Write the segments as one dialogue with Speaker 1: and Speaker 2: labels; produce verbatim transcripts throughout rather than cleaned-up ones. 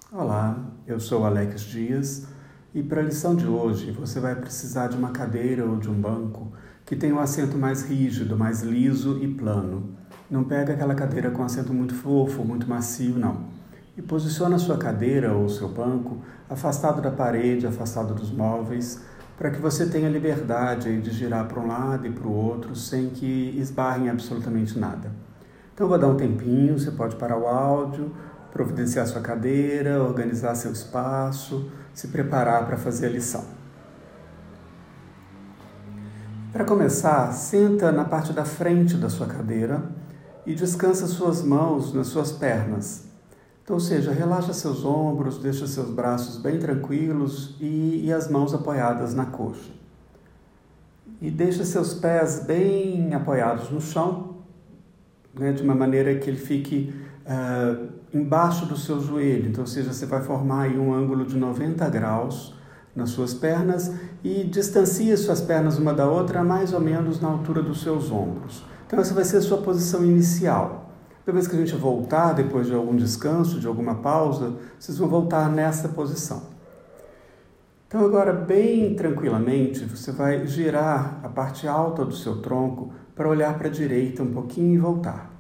Speaker 1: Olá, eu sou Alex Dias e para a lição de hoje você vai precisar de uma cadeira ou de um banco que tenha um assento mais rígido, mais liso e plano. Não pega aquela cadeira com assento muito fofo, muito macio, não. E posiciona a sua cadeira ou o seu banco afastado da parede, afastado dos móveis, para que você tenha liberdade de girar para um lado e para o outro sem que esbarre em absolutamente nada. Então eu vou dar um tempinho, você pode parar o áudio, providenciar sua cadeira, organizar seu espaço, se preparar para fazer a lição. Para começar, senta na parte da frente da sua cadeira e descansa suas mãos nas suas pernas. Então, ou seja, relaxa seus ombros, deixa seus braços bem tranquilos e, e as mãos apoiadas na coxa. E deixa seus pés bem apoiados no chão, né, de uma maneira que ele fique uh, embaixo do seu joelho. Então, ou seja, você vai formar aí um ângulo de noventa graus nas suas pernas e distancia suas pernas uma da outra mais ou menos na altura dos seus ombros. Então, essa vai ser a sua posição inicial. Toda vez que a gente voltar, depois de algum descanso, de alguma pausa, vocês vão voltar nessa posição. Então, agora, bem tranquilamente, você vai girar a parte alta do seu tronco para olhar para a direita um pouquinho e voltar.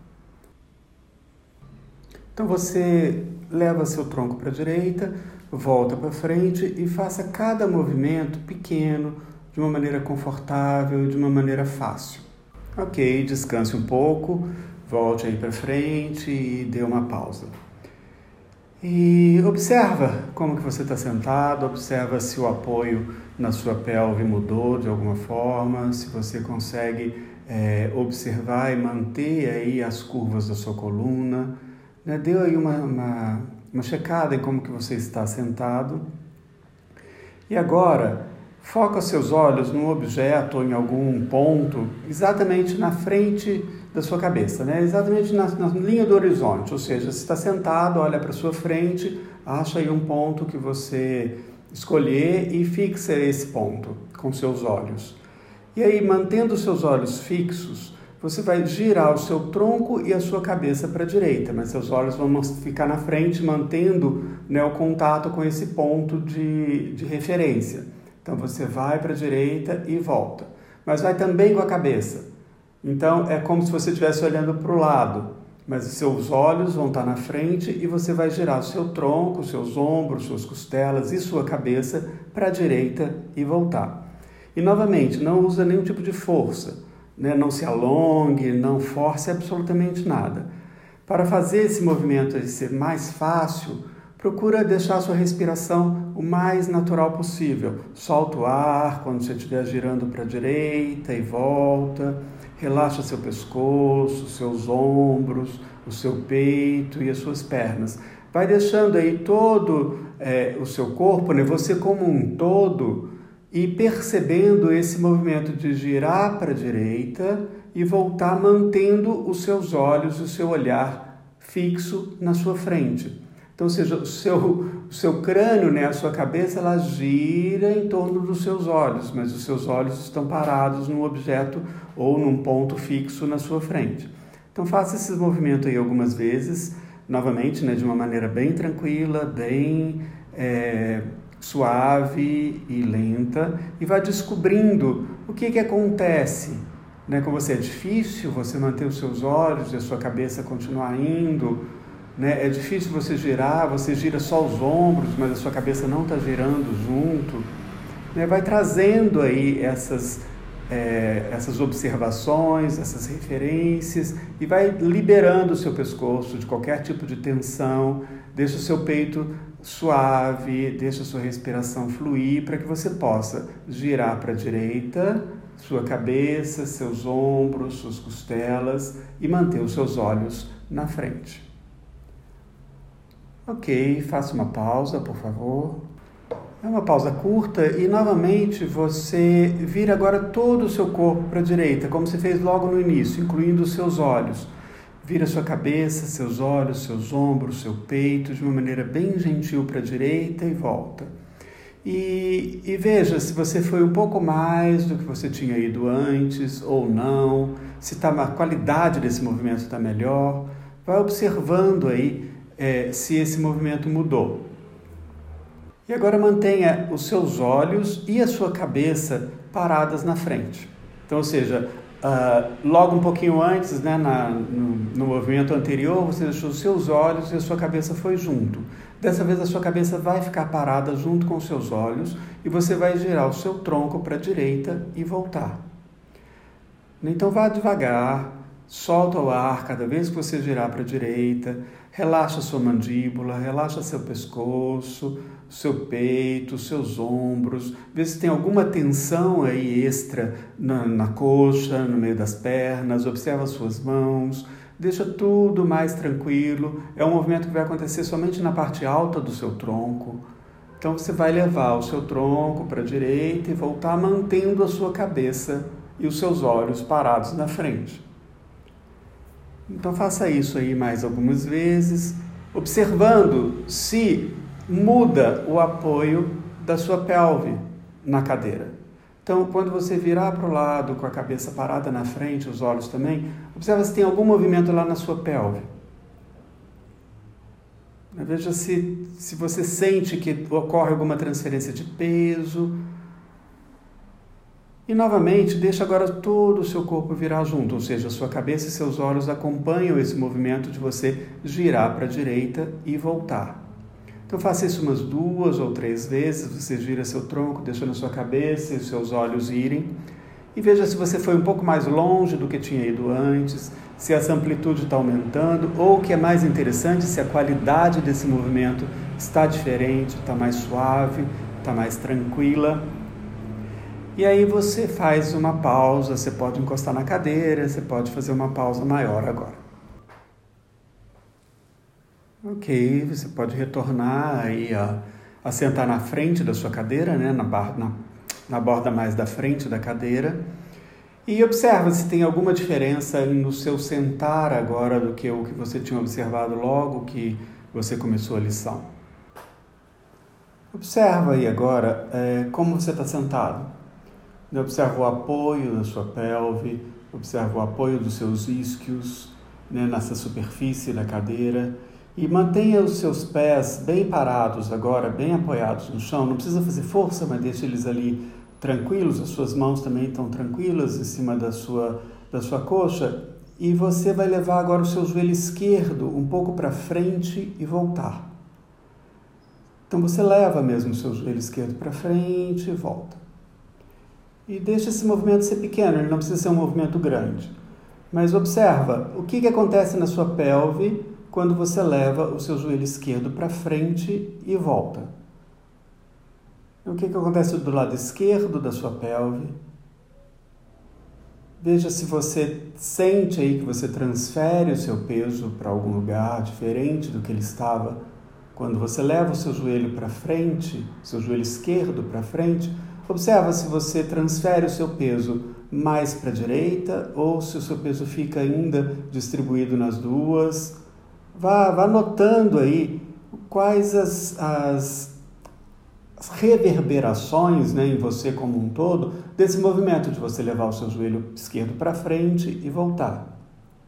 Speaker 1: Então, você leva seu tronco para a direita, volta para frente e faça cada movimento pequeno, de uma maneira confortável, de uma maneira fácil. Ok, descanse um pouco. Volte aí para frente e dê uma pausa. E observa como que você está sentado, observa se o apoio na sua pelve mudou de alguma forma, se você consegue é, observar e manter aí as curvas da sua coluna. Né? Dê aí uma, uma, uma checada em como que você está sentado. E agora, foca seus olhos num objeto ou em algum ponto exatamente na frente da sua cabeça, né? Exatamente na, na linha do horizonte, ou seja, você está sentado, olha para sua frente, acha aí um ponto que você escolher e fixa esse ponto com seus olhos. E aí, mantendo os seus olhos fixos, você vai girar o seu tronco e a sua cabeça para a direita, mas seus olhos vão ficar na frente, mantendo, né, o contato com esse ponto de, de referência. Então, você vai para a direita e volta, mas vai também com a cabeça. Então, é como se você estivesse olhando para o lado, mas os seus olhos vão estar na frente e você vai girar o seu tronco, seus ombros, suas costelas e sua cabeça para a direita e voltar. E, novamente, não usa nenhum tipo de força, né? Não se alongue, não force absolutamente nada. Para fazer esse movimento ser mais fácil, procura deixar a sua respiração o mais natural possível. Solta o ar quando você estiver girando para a direita e volta. Relaxa seu pescoço, seus ombros, o seu peito e as suas pernas. Vai deixando aí todo é, o seu corpo, né, você como um todo, e percebendo esse movimento de girar para a direita e voltar mantendo os seus olhos, o seu olhar fixo na sua frente. Então, ou seja, o seu, o seu crânio, né, a sua cabeça, ela gira em torno dos seus olhos, mas os seus olhos estão parados num objeto ou num ponto fixo na sua frente. Então, faça esse movimento aí algumas vezes, novamente, né, de uma maneira bem tranquila, bem é, suave e lenta, e vai descobrindo o que, que acontece, né, com você. É difícil você manter os seus olhos e a sua cabeça continuar indo, né? É difícil você girar, você gira só os ombros, mas a sua cabeça não está girando junto. Né? Vai trazendo aí essas, é, essas observações, essas referências e vai liberando o seu pescoço de qualquer tipo de tensão, deixa o seu peito suave, deixa a sua respiração fluir para que você possa girar para a direita, sua cabeça, seus ombros, suas costelas e manter os seus olhos na frente. Ok, faça uma pausa, por favor. É uma pausa curta e, novamente, você vira agora todo o seu corpo para a direita, como você fez logo no início, incluindo os seus olhos. Vira sua cabeça, seus olhos, seus ombros, seu peito, de uma maneira bem gentil para a direita e volta. E, e veja se você foi um pouco mais do que você tinha ido antes ou não, se tá, a qualidade desse movimento está melhor. Vai observando aí É, se esse movimento mudou. E agora mantenha os seus olhos e a sua cabeça paradas na frente. Então, ou seja, uh, logo um pouquinho antes, né, na, no, no movimento anterior, você deixou os seus olhos e a sua cabeça foi junto. Dessa vez a sua cabeça vai ficar parada junto com os seus olhos e você vai girar o seu tronco para a direita e voltar. Então vá devagar, solta o ar cada vez que você girar para a direita, relaxa sua mandíbula, relaxa seu pescoço, seu peito, seus ombros, vê se tem alguma tensão aí extra na, na coxa, no meio das pernas, observa as suas mãos, deixa tudo mais tranquilo. É um movimento que vai acontecer somente na parte alta do seu tronco. Então você vai levar o seu tronco para a direita e voltar mantendo a sua cabeça e os seus olhos parados na frente. Então faça isso aí mais algumas vezes, observando se muda o apoio da sua pelve na cadeira. Então, quando você virar para o lado com a cabeça parada na frente, os olhos também, observa se tem algum movimento lá na sua pelve. Veja se, se você sente que ocorre alguma transferência de peso. E novamente, deixa agora todo o seu corpo virar junto, ou seja, a sua cabeça e seus olhos acompanham esse movimento de você girar para a direita e voltar. Então faça isso umas duas ou três vezes, você gira seu tronco, deixando a sua cabeça e os seus olhos irem. E veja se você foi um pouco mais longe do que tinha ido antes, se essa amplitude está aumentando, ou o que é mais interessante, se a qualidade desse movimento está diferente, está mais suave, está mais tranquila. E aí você faz uma pausa, você pode encostar na cadeira, você pode fazer uma pausa maior agora. Ok, você pode retornar aí a, a sentar na frente da sua cadeira, né, na, bar, na, na borda mais da frente da cadeira. E observa se tem alguma diferença no seu sentar agora do que o que você tinha observado logo que você começou a lição. Observa aí agora é, como você está sentado. Observa o apoio da sua pelve, observa o apoio dos seus isquios, né, nessa superfície da cadeira e mantenha os seus pés bem parados agora, bem apoiados no chão. Não precisa fazer força, mas deixa eles ali tranquilos, as suas mãos também estão tranquilas em cima da sua, da sua coxa e você vai levar agora o seu joelho esquerdo um pouco para frente e voltar. Então você leva mesmo o seu joelho esquerdo para frente e volta. E deixa esse movimento ser pequeno, ele não precisa ser um movimento grande. Mas observa o que, que acontece na sua pelve quando você leva o seu joelho esquerdo para frente e volta. O que, que acontece do lado esquerdo da sua pelve? Veja se você sente aí que você transfere o seu peso para algum lugar diferente do que ele estava. Quando você leva o seu joelho para frente, seu joelho esquerdo para frente, observa se você transfere o seu peso mais para a direita ou se o seu peso fica ainda distribuído nas duas. Vá, vá notando aí quais as, as, as reverberações, né, em você como um todo desse movimento de você levar o seu joelho esquerdo para frente e voltar.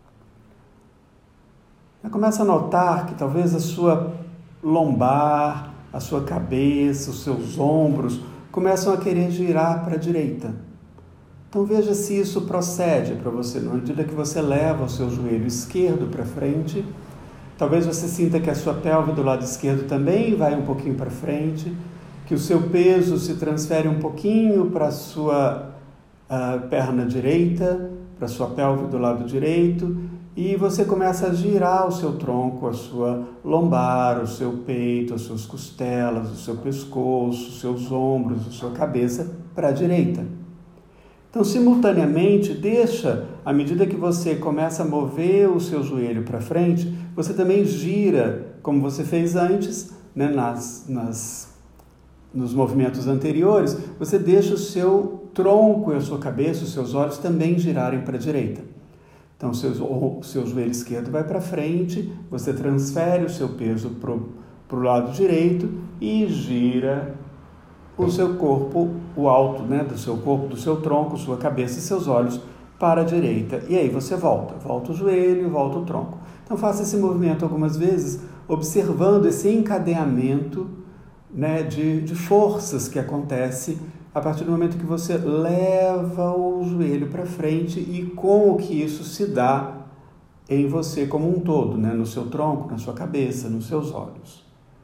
Speaker 1: Começa a notar que talvez a sua lombar, a sua cabeça, os seus ombros começam a querer girar para a direita. Então veja se isso procede para você. Na medida que você leva o seu joelho esquerdo para frente, talvez você sinta que a sua pelve do lado esquerdo também vai um pouquinho para frente, que o seu peso se transfere um pouquinho para a sua uh, perna direita, para a sua pelve do lado direito, e você começa a girar o seu tronco, a sua lombar, o seu peito, as suas costelas, o seu pescoço, os seus ombros, a sua cabeça para a direita. Então, simultaneamente, deixa, à medida que você começa a mover o seu joelho para frente, você também gira, como você fez antes, né, nas, nas, nos movimentos anteriores, você deixa o seu tronco e a sua cabeça, os seus olhos também girarem para a direita. Então, o seu, o seu joelho esquerdo vai para frente, você transfere o seu peso para o lado direito e gira o seu corpo, o alto, né, do seu corpo, do seu tronco, sua cabeça e seus olhos para a direita. E aí você volta, volta o joelho, volta o tronco. Então faça esse movimento algumas vezes, observando esse encadeamento né, de, de forças que acontece a partir do momento que você leva o joelho para frente e como que isso se dá em você como um todo, né, no seu tronco, na sua cabeça, nos seus olhos.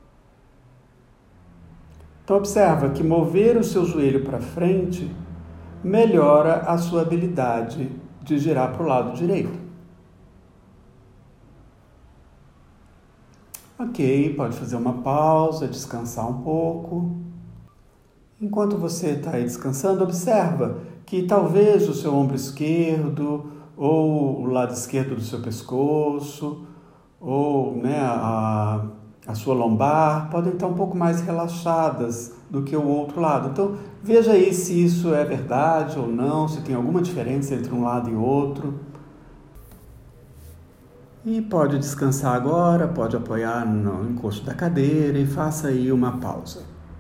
Speaker 1: Então observa que mover o seu joelho para frente melhora a sua habilidade de girar para o lado direito. Ok, pode fazer uma pausa, descansar um pouco. Enquanto você está aí descansando, observa que talvez o seu ombro esquerdo, ou o lado esquerdo do seu pescoço, ou né, a, a sua lombar, podem estar um pouco mais relaxadas do que o outro lado. Então, veja aí se isso é verdade ou não, se tem alguma diferença entre um lado e outro. E pode descansar agora, pode apoiar no encosto da cadeira e faça aí uma pausa.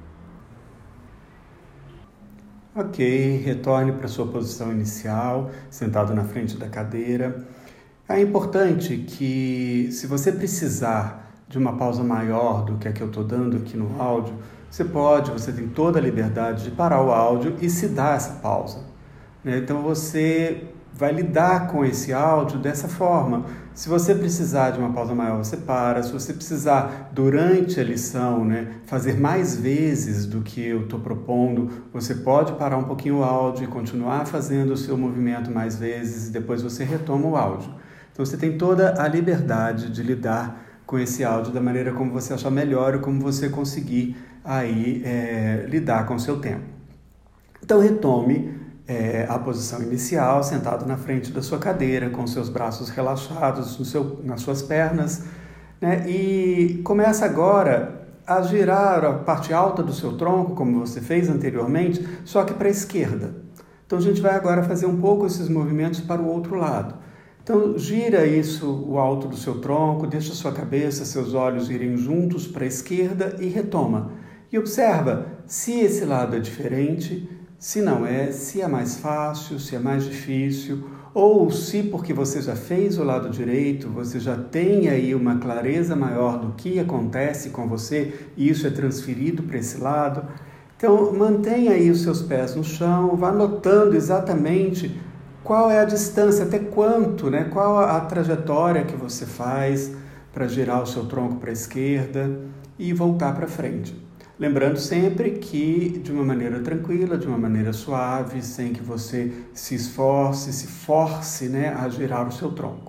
Speaker 1: Ok, retorne para a sua posição inicial, sentado na frente da cadeira. É importante que, se você precisar de uma pausa maior do que a que eu estou dando aqui no áudio, você pode, você tem toda a liberdade de parar o áudio e se dar essa pausa. Então você vai lidar com esse áudio dessa forma. Se você precisar de uma pausa maior, você para. Se você precisar, durante a lição, né, fazer mais vezes do que eu estou propondo, você pode parar um pouquinho o áudio e continuar fazendo o seu movimento mais vezes e depois você retoma o áudio. Então você tem toda a liberdade de lidar com esse áudio da maneira como você achar melhor e como você conseguir aí, é, lidar com o seu tempo. Então retome É, a posição inicial, sentado na frente da sua cadeira, com seus braços relaxados no seu, nas suas pernas, né? E começa agora a girar a parte alta do seu tronco, como você fez anteriormente, só que para a esquerda. Então a gente vai agora fazer um pouco esses movimentos para o outro lado. Então gira isso, o alto do seu tronco, deixa sua cabeça, seus olhos irem juntos para a esquerda e retoma. E observa se esse lado é diferente, se não é, se é mais fácil, se é mais difícil, ou se porque você já fez o lado direito, você já tem aí uma clareza maior do que acontece com você e isso é transferido para esse lado. Então mantenha aí os seus pés no chão, vá notando exatamente qual é a distância, até quanto, né? Qual a trajetória que você faz para girar o seu tronco para a esquerda e voltar para frente. Lembrando sempre que de uma maneira tranquila, de uma maneira suave, sem que você se esforce, se force, né, a girar o seu tronco.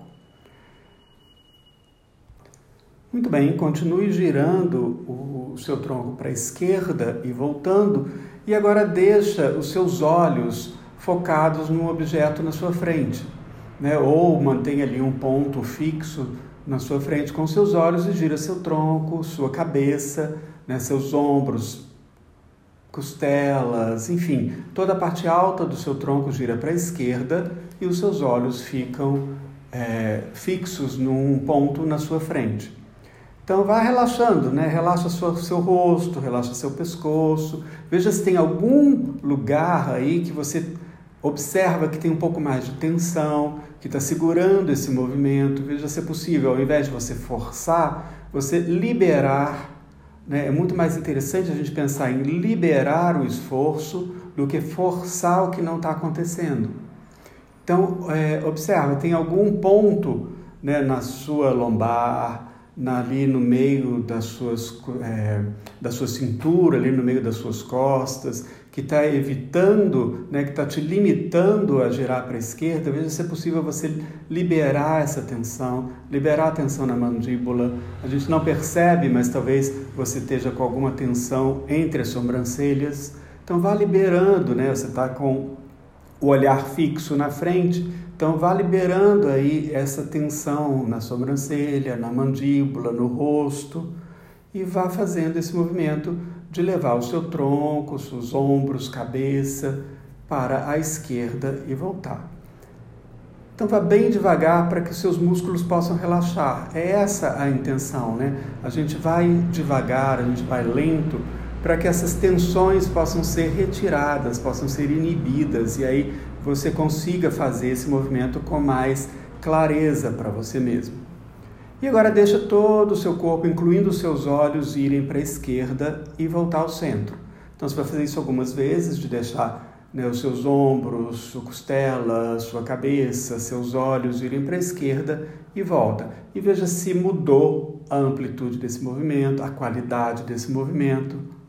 Speaker 1: Muito bem, continue girando o seu tronco para a esquerda e voltando. E agora deixa os seus olhos focados num objeto na sua frente, né? Ou mantenha ali um ponto fixo na sua frente com seus olhos e gira seu tronco, sua cabeça, né, seus ombros, costelas, enfim, toda a parte alta do seu tronco gira para a esquerda e os seus olhos ficam é, fixos num ponto na sua frente. Então vá relaxando, né? Relaxa sua, seu rosto, relaxa seu pescoço, veja se tem algum lugar aí que você observa que tem um pouco mais de tensão, que está segurando esse movimento, veja se é possível, ao invés de você forçar, você liberar. É muito mais interessante a gente pensar em liberar o esforço do que forçar o que não está acontecendo. Então, é, observa, tem algum ponto, né, na sua lombar, na, ali no meio das suas, é, da sua cintura, ali no meio das suas costas, que está evitando, né, que está te limitando a girar para a esquerda. Veja se é possível você liberar essa tensão, liberar a tensão na mandíbula. A gente não percebe, mas talvez você esteja com alguma tensão entre as sobrancelhas. Então vá liberando, né? Você está com o olhar fixo na frente, então vá liberando aí essa tensão na sobrancelha, na mandíbula, no rosto e vá fazendo esse movimento de levar o seu tronco, os ombros, cabeça para a esquerda e voltar. Então vá bem devagar para que os seus músculos possam relaxar. É essa a intenção, né? A gente vai devagar, a gente vai lento para que essas tensões possam ser retiradas, possam ser inibidas e aí você consiga fazer esse movimento com mais clareza para você mesmo. E agora deixa todo o seu corpo, incluindo os seus olhos, irem para a esquerda e voltar ao centro. Então você vai fazer isso algumas vezes, de deixar, né, os seus ombros, sua costela, sua cabeça, seus olhos irem para a esquerda e volta. E veja se mudou a amplitude desse movimento, a qualidade desse movimento.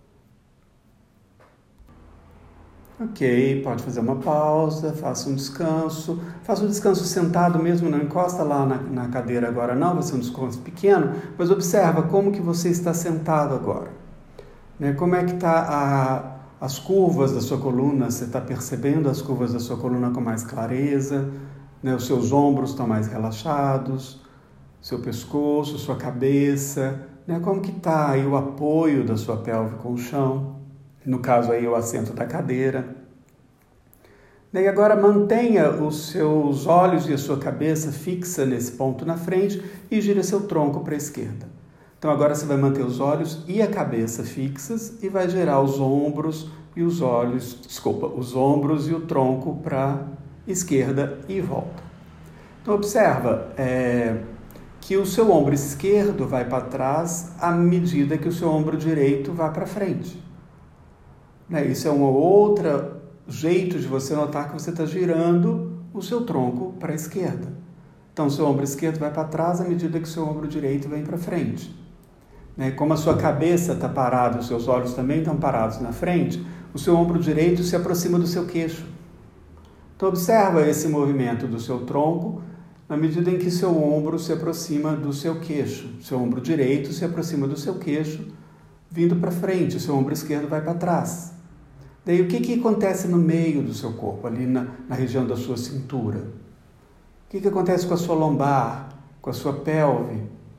Speaker 1: Ok, pode fazer uma pausa, faça um descanso. Faça um descanso sentado mesmo, não encosta lá na, na cadeira agora não, vai ser um descanso pequeno, mas observa como que você está sentado agora. Né? Como é que está as curvas da sua coluna, você está percebendo as curvas da sua coluna com mais clareza, né? Os seus ombros estão mais relaxados, seu pescoço, sua cabeça, né? Como que está aí o apoio da sua pelve com o chão? No caso aí o assento da cadeira. E agora mantenha os seus olhos e a sua cabeça fixa nesse ponto na frente e gira seu tronco para a esquerda. Então agora você vai manter os olhos e a cabeça fixas e vai girar os ombros e os olhos, desculpa, os ombros e o tronco para a esquerda e volta. Então observa é, que o seu ombro esquerdo vai para trás à medida que o seu ombro direito vai para frente. Isso é um outro jeito de você notar que você está girando o seu tronco para a esquerda. Então, o seu ombro esquerdo vai para trás à medida que o seu ombro direito vem para frente. Como a sua cabeça está parada, os seus olhos também estão parados na frente, o seu ombro direito se aproxima do seu queixo. Então, observa esse movimento do seu tronco na medida em que seu ombro se aproxima do seu queixo. Seu ombro direito se aproxima do seu queixo, vindo para frente, o seu ombro esquerdo vai para trás. Daí, o que, que acontece no meio do seu corpo, ali na, na região da sua cintura? O que, que acontece com a sua lombar, com a sua pelve?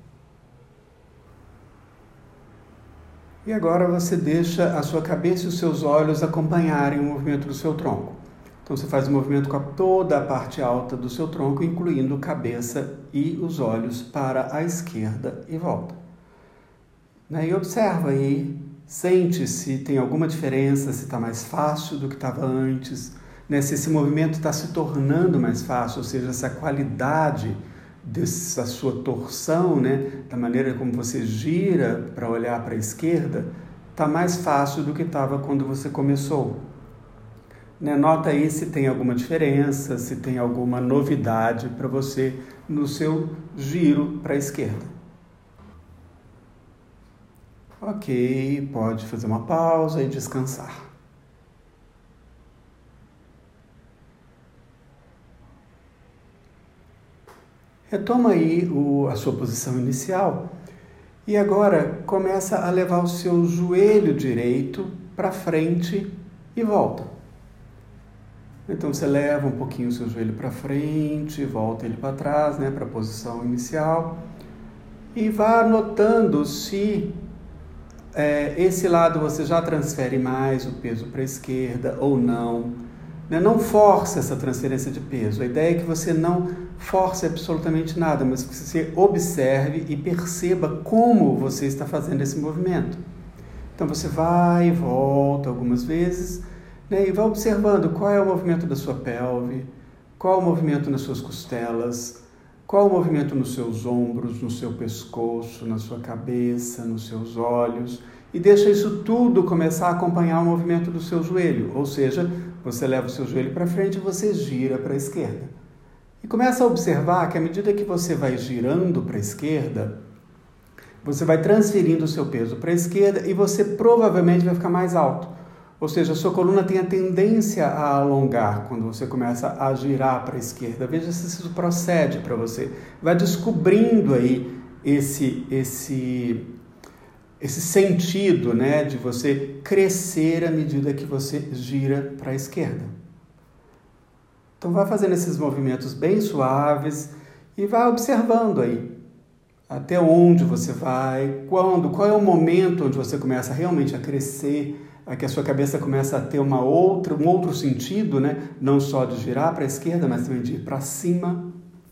Speaker 1: E agora você deixa a sua cabeça e os seus olhos acompanharem o movimento do seu tronco. Então, você faz o movimento com toda a parte alta do seu tronco, incluindo a cabeça e os olhos para a esquerda e volta. E observa aí, sente se tem alguma diferença, se está mais fácil do que estava antes, né? Se esse movimento está se tornando mais fácil, ou seja, essa qualidade dessa sua torção, né? Da maneira como você gira para olhar para a esquerda, está mais fácil do que estava quando você começou. Né? Nota aí se tem alguma diferença, se tem alguma novidade para você no seu giro para a esquerda. Ok, pode fazer uma pausa e descansar. Retoma aí o, a sua posição inicial e agora começa a levar o seu joelho direito para frente e volta. Então você leva um pouquinho o seu joelho para frente, volta ele para trás, né, para a posição inicial e vá notando se É, esse lado você já transfere mais o peso para a esquerda ou não. Né? Não force essa transferência de peso. A ideia é que você não force absolutamente nada, mas que você observe e perceba como você está fazendo esse movimento. Então você vai e volta algumas vezes, né? E vai observando qual é o movimento da sua pelve, qual é o movimento nas suas costelas, qual o movimento nos seus ombros, no seu pescoço, na sua cabeça, nos seus olhos, e deixa isso tudo começar a acompanhar o movimento do seu joelho, ou seja, você leva o seu joelho para frente e você gira para a esquerda. E começa a observar que à medida que você vai girando para a esquerda, você vai transferindo o seu peso para a esquerda e você provavelmente vai ficar mais alto. Ou seja, a sua coluna tem a tendência a alongar quando você começa a girar para a esquerda. Veja se isso procede para você. Vai descobrindo aí esse, esse, esse sentido, né, de você crescer à medida que você gira para a esquerda. Então vai fazendo esses movimentos bem suaves e vai observando aí até onde você vai, quando, qual é o momento onde você começa realmente a crescer, a que a sua cabeça começa a ter uma outra, um outro sentido, né? Não só de girar para a esquerda, mas também de ir para cima.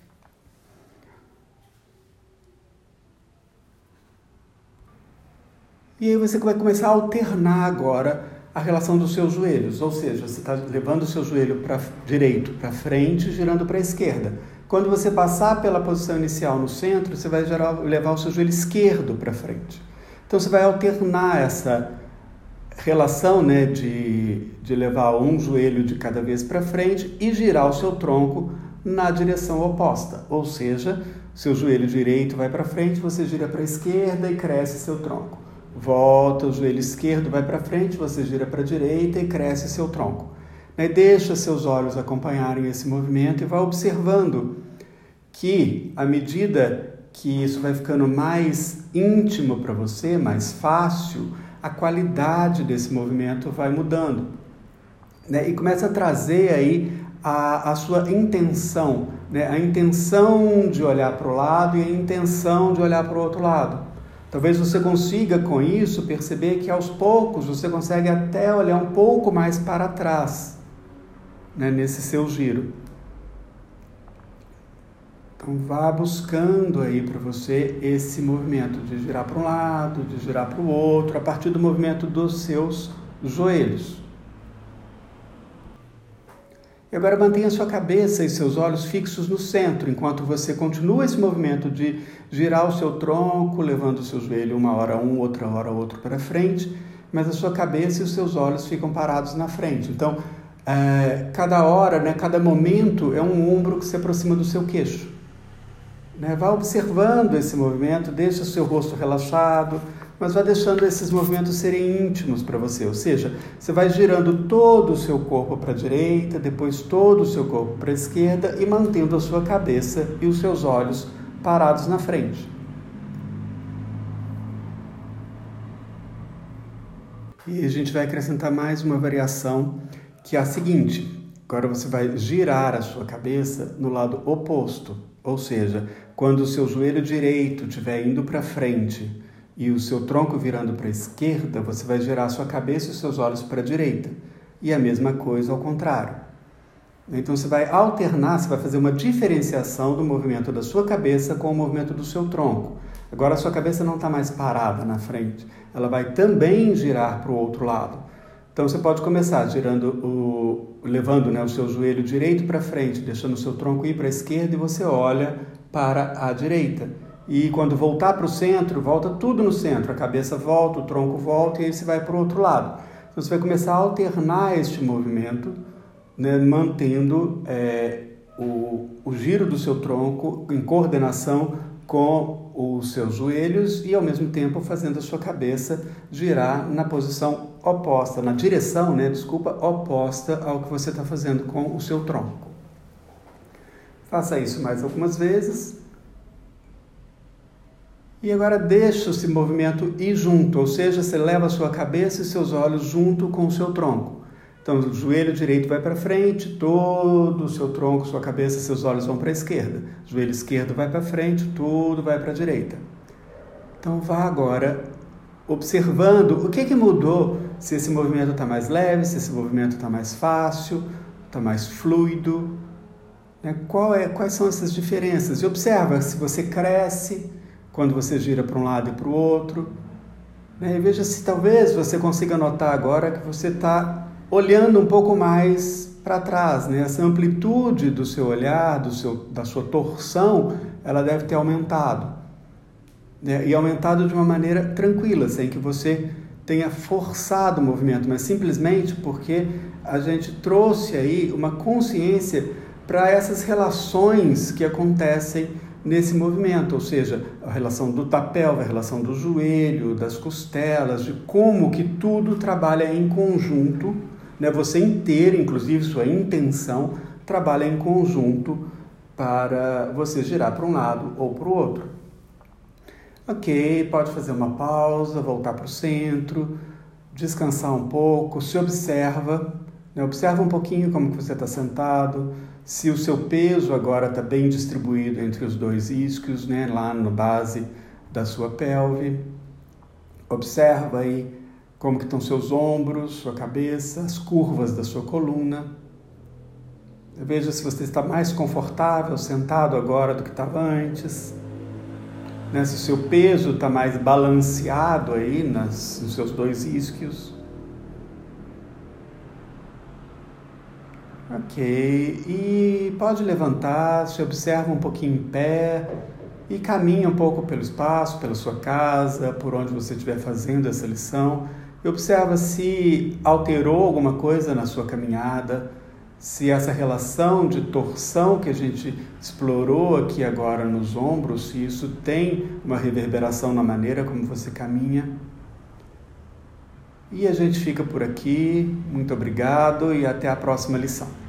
Speaker 1: E aí você vai começar a alternar agora a relação dos seus joelhos, ou seja, você está levando o seu joelho para direito para frente, girando para a esquerda. Quando você passar pela posição inicial no centro, você vai gerar, levar o seu joelho esquerdo para frente. Então você vai alternar essa relação, né, de, de levar um joelho de cada vez para frente e girar o seu tronco na direção oposta. Ou seja, seu joelho direito vai para frente, você gira para a esquerda e cresce seu tronco. Volta, o joelho esquerdo vai para frente, você gira para a direita e cresce seu tronco. Né? Deixa seus olhos acompanharem esse movimento e vai observando que, à medida que isso vai ficando mais íntimo para você, mais fácil, a qualidade desse movimento vai mudando. Né? E começa a trazer aí a, a sua intenção, né? A intenção de olhar para o lado e a intenção de olhar para o outro lado. Talvez você consiga, com isso, perceber que aos poucos você consegue até olhar um pouco mais para trás, né, nesse seu giro. Então vá buscando aí para você esse movimento de girar para um lado, de girar para o outro, a partir do movimento dos seus joelhos. E agora mantenha sua cabeça e seus olhos fixos no centro, enquanto você continua esse movimento de girar o seu tronco, levando o seu joelho uma hora um, outra hora outro para frente, mas a sua cabeça e os seus olhos ficam parados na frente. Então, é, cada hora, né, cada momento é um ombro que se aproxima do seu queixo. Né? Vá observando esse movimento, deixa o seu rosto relaxado, mas vai deixando esses movimentos serem íntimos para você, ou seja, você vai girando todo o seu corpo para a direita, depois todo o seu corpo para a esquerda e mantendo a sua cabeça e os seus olhos parados na frente. E a gente vai acrescentar mais uma variação, que é a seguinte: agora você vai girar a sua cabeça no lado oposto, ou seja, quando o seu joelho direito estiver indo para frente e o seu tronco virando para a esquerda, você vai girar a sua cabeça e os seus olhos para a direita. E a mesma coisa ao contrário. Então você vai alternar, você vai fazer uma diferenciação do movimento da sua cabeça com o movimento do seu tronco. Agora a sua cabeça não está mais parada na frente, ela vai também girar para o outro lado. Então você pode começar girando o, levando, né, o seu joelho direito para frente, deixando o seu tronco ir para a esquerda e você olha para a direita. E quando voltar para o centro, volta tudo no centro, a cabeça volta, o tronco volta e aí você vai para o outro lado. Então você vai começar a alternar este movimento, né, mantendo é, o, o giro do seu tronco em coordenação com os seus joelhos e ao mesmo tempo fazendo a sua cabeça girar na posição oposta, na direção, né, desculpa, oposta ao que você está fazendo com o seu tronco. Faça isso mais algumas vezes. E agora deixa esse movimento ir junto, ou seja, você leva a sua cabeça e seus olhos junto com o seu tronco. Então, o joelho direito vai para frente, todo o seu tronco, sua cabeça, seus olhos vão para a esquerda. O joelho esquerdo vai para frente, tudo vai para a direita. Então, vá agora observando o que, que mudou, se esse movimento está mais leve, se esse movimento está mais fácil, está mais fluido. Né? Qual é, quais são essas diferenças? E observa se você cresce quando você gira para um lado e para o outro. Né? E veja se talvez você consiga notar agora que você está olhando um pouco mais para trás, né? Essa amplitude do seu olhar, do seu, da sua torção, ela deve ter aumentado. Né? E aumentado de uma maneira tranquila, sem que você tenha forçado o movimento, mas simplesmente porque a gente trouxe aí uma consciência para essas relações que acontecem nesse movimento, ou seja, a relação do tapel, a relação do joelho, das costelas, de como que tudo trabalha em conjunto, né? Você inteiro, inclusive sua intenção, trabalha em conjunto para você girar para um lado ou para o outro. Ok, pode fazer uma pausa, voltar para o centro, descansar um pouco, se observa, né? Observa um pouquinho como que você está sentado, se o seu peso agora está bem distribuído entre os dois isquios, né? Lá na base da sua pelve. Observa aí como que estão seus ombros, sua cabeça, as curvas da sua coluna. Veja se você está mais confortável sentado agora do que estava antes. Né? Se o seu peso está mais balanceado aí nas, nos seus dois isquios. Ok, e pode levantar, se observa um pouquinho em pé e caminha um pouco pelo espaço, pela sua casa, por onde você estiver fazendo essa lição. E observa se alterou alguma coisa na sua caminhada, se essa relação de torção que a gente explorou aqui agora nos ombros, se isso tem uma reverberação na maneira como você caminha. E a gente fica por aqui. Muito obrigado e até a próxima lição.